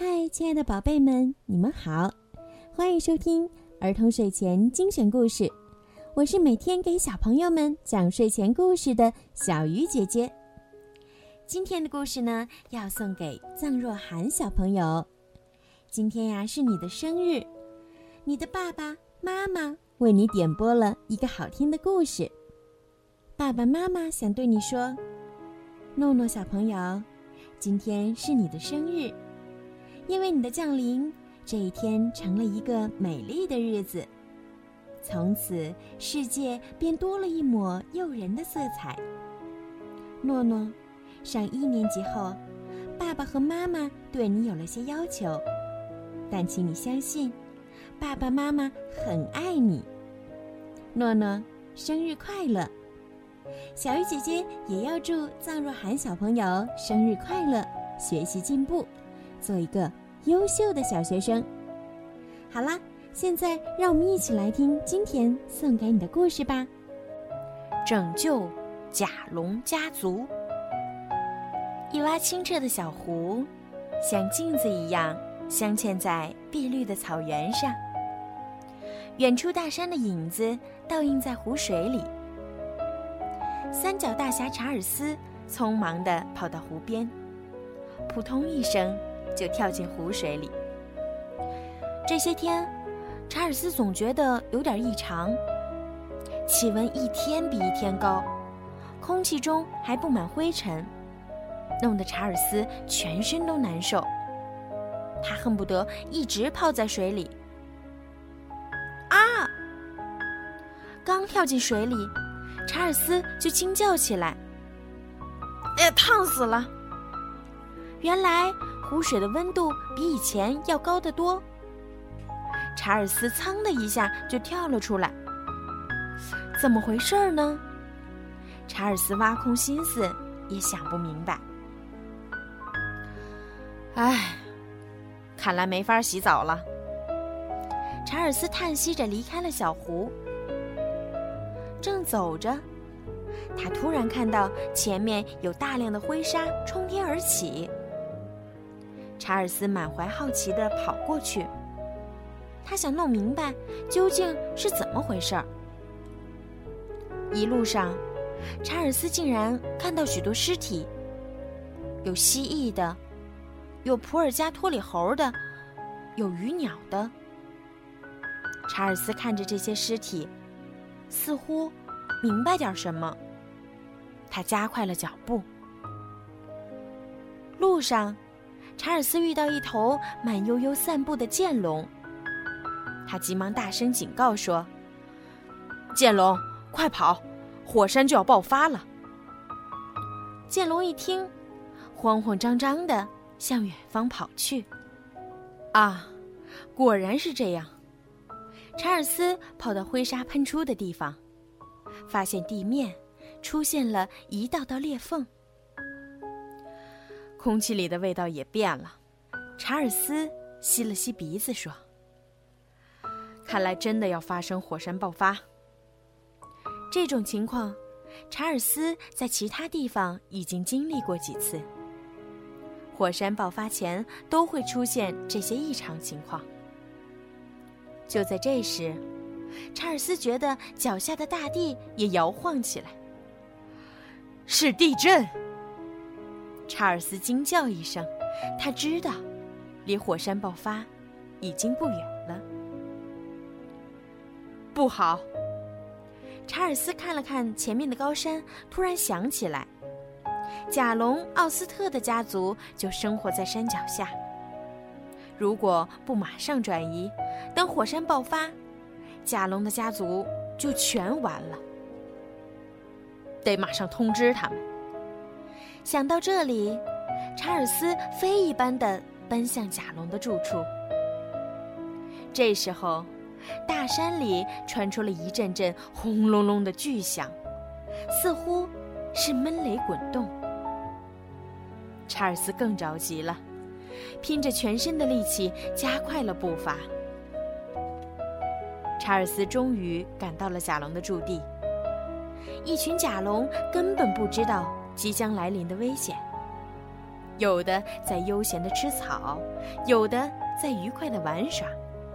嗨，亲爱的宝贝们，你们好，欢迎收听儿童睡前精选故事。我是每天给小朋友们讲睡前故事的小鱼姐姐。今天的故事呢，要送给臧若涵小朋友。今天呀，是你的生日，你的爸爸妈妈为你点播了一个好听的故事。爸爸妈妈想对你说，诺诺小朋友，今天是你的生日，因为你的降临，这一天成了一个美丽的日子。从此，世界便多了一抹诱人的色彩。诺诺，上1年级后，爸爸和妈妈对你有了些要求，但请你相信，爸爸妈妈很爱你。诺诺，生日快乐！小鱼姐姐也要祝臧若涵小朋友生日快乐，学习进步，做一个优秀的小学生。好啦，现在让我们一起来听今天送给你的故事吧。 拯救甲龙家族。一洼清澈的小湖，像镜子一样镶嵌在碧绿的草原上。远处大山的影子倒映在湖水里。三角大侠查尔斯匆忙地跑到湖边，扑通一声就跳进湖水里。这些天，查尔斯总觉得有点异常，气温一天比一天高，空气中还布满灰尘，弄得查尔斯全身都难受。他恨不得一直泡在水里。啊！刚跳进水里，查尔斯就惊叫起来：“哎呀，烫死了！”原来湖水的温度比以前要高得多。查尔斯噌的一下就跳了出来。怎么回事呢？查尔斯挖空心思也想不明白。唉，看来没法洗澡了。查尔斯叹息着离开了小湖。正走着，他突然看到前面有大量的灰沙冲天而起。查尔斯满怀好奇地跑过去，他想弄明白究竟是怎么回事儿。一路上，查尔斯竟然看到许多尸体，有蜥蜴的，有普尔加托里猴的，有鱼鸟的。查尔斯看着这些尸体，似乎明白点什么，他加快了脚步。路上，查尔斯遇到一头慢悠悠散步的剑龙，他急忙大声警告说：“剑龙，快跑，火山就要爆发了！”剑龙一听，慌慌张张地向远方跑去。啊，果然是这样。查尔斯跑到灰沙喷出的地方，发现地面出现了一道道裂缝，空气里的味道也变了。查尔斯吸了吸鼻子说：“看来真的要发生火山爆发。”这种情况，查尔斯在其他地方已经经历过几次。火山爆发前都会出现这些异常情况。就在这时，查尔斯觉得脚下的大地也摇晃起来。是地震！查尔斯惊叫一声，他知道离火山爆发已经不远了。不好！查尔斯看了看前面的高山，突然想起来，甲龙奥斯特的家族就生活在山脚下。如果不马上转移，等火山爆发，甲龙的家族就全完了。得马上通知他们。想到这里，查尔斯飞一般地奔向甲龙的住处。这时候，大山里传出了一阵阵轰隆隆的巨响，似乎是闷雷滚动。查尔斯更着急了，拼着全身的力气加快了步伐。查尔斯终于赶到了甲龙的驻地。一群甲龙根本不知道即将来临的危险， 有的在悠闲地吃草，有的在愉快地玩耍。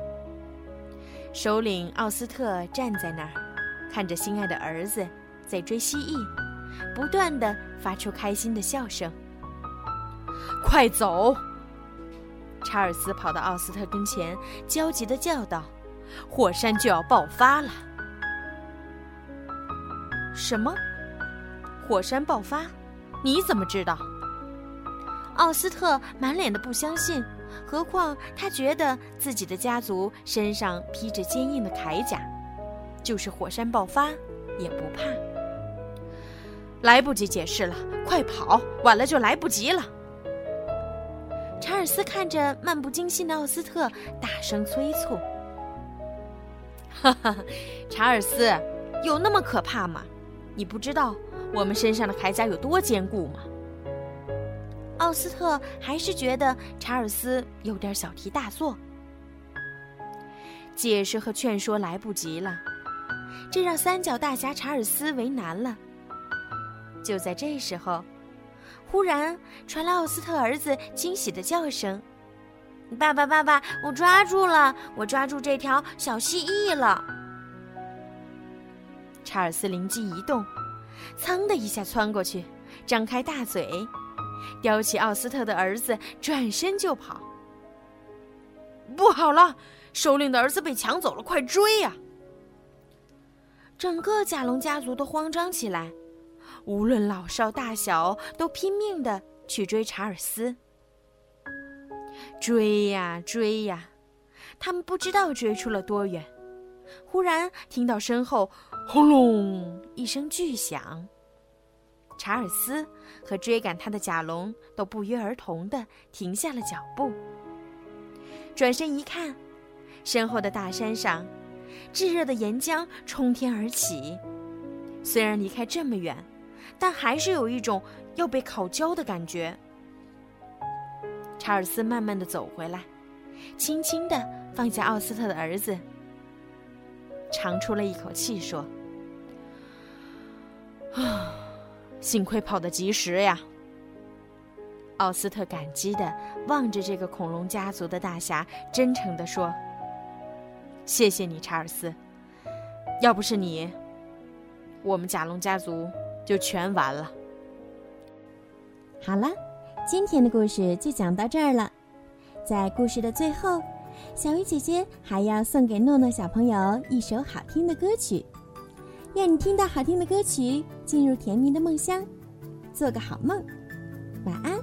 首领奥斯特站在那儿，看着心爱的儿子在追蜥蜴，不断地发出开心的笑声。快走！查尔斯跑到奥斯特跟前，焦急地叫道：火山就要爆发了！什么？火山爆发？你怎么知道？奥斯特满脸的不相信，何况他觉得自己的家族身上披着坚硬的铠甲，就是火山爆发也不怕。来不及解释了，快跑，晚了就来不及了。查尔斯看着漫不经心的奥斯特，大声催促：哈哈，查尔斯，有那么可怕吗？你不知道我们身上的铠甲有多坚固吗？奥斯特还是觉得查尔斯有点小题大做，解释和劝说来不及了，这让三角大侠查尔斯为难了。就在这时候，忽然传来奥斯特儿子惊喜的叫声：爸爸爸爸，我抓住了，我抓住这条小蜥蜴了！查尔斯灵机一动，噌的一下窜过去，张开大嘴，叼起奥斯特的儿子，转身就跑。不好了，首领的儿子被抢走了，快追呀！整个甲龙家族都慌张起来，无论老少大小都拼命地去追查尔斯。追呀追呀，他们不知道追出了多远，忽然听到身后轰隆一声巨响，查尔斯和追赶他的甲龙都不约而同地停下了脚步。转身一看，身后的大山上，炙热的岩浆冲天而起。虽然离开这么远，但还是有一种要被烤焦的感觉。查尔斯慢慢地走回来，轻轻地放下奥斯特的儿子，长出了一口气说：幸亏跑得及时呀。奥斯特感激地望着这个恐龙家族的大侠，真诚地说：谢谢你，查尔斯，要不是你，我们甲龙家族就全完了。 好了，今天的故事就讲到这儿了。在故事的最后，小鱼姐姐还要送给诺诺小朋友一首好听的歌曲，愿你听到好听的歌曲，进入甜蜜的梦乡，做个好梦，晚安。